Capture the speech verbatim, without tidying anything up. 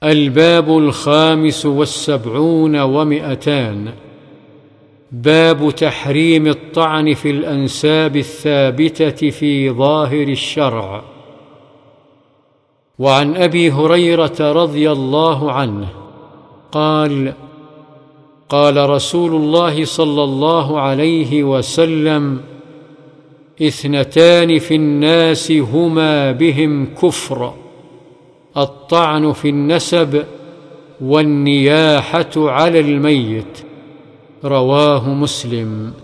الباب الخامس والسبعون ومئتان. باب تحريم الطعن في الأنساب الثابتة في ظاهر الشرع. وعن أبي هريرة رضي الله عنه قال: قال رسول الله صلى الله عليه وسلم: اثنتان في الناس هما بهم كفر: الطعن في النسب والنياحة على الميت. رواه مسلم.